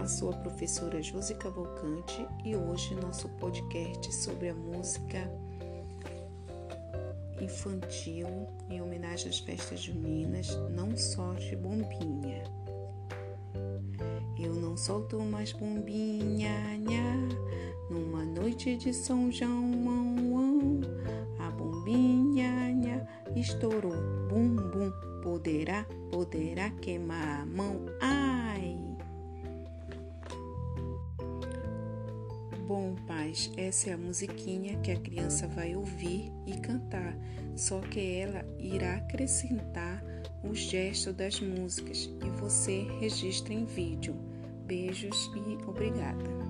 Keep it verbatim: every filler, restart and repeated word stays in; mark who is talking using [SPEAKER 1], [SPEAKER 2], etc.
[SPEAKER 1] Olá, sou a professora Josi Cavalcante e hoje nosso podcast sobre a música infantil em homenagem às festas juninas, Não Solte Bombinha. Eu não solto mais bombinha, nha, numa noite de São João, ão, ão. A bombinha, nha, estourou, bum, bum, poderá, poderá queimar a mão, ai. Bom, pais, essa é a musiquinha que a criança vai ouvir e cantar, só que ela irá acrescentar os gestos das músicas e você registra em vídeo. Beijos e obrigada.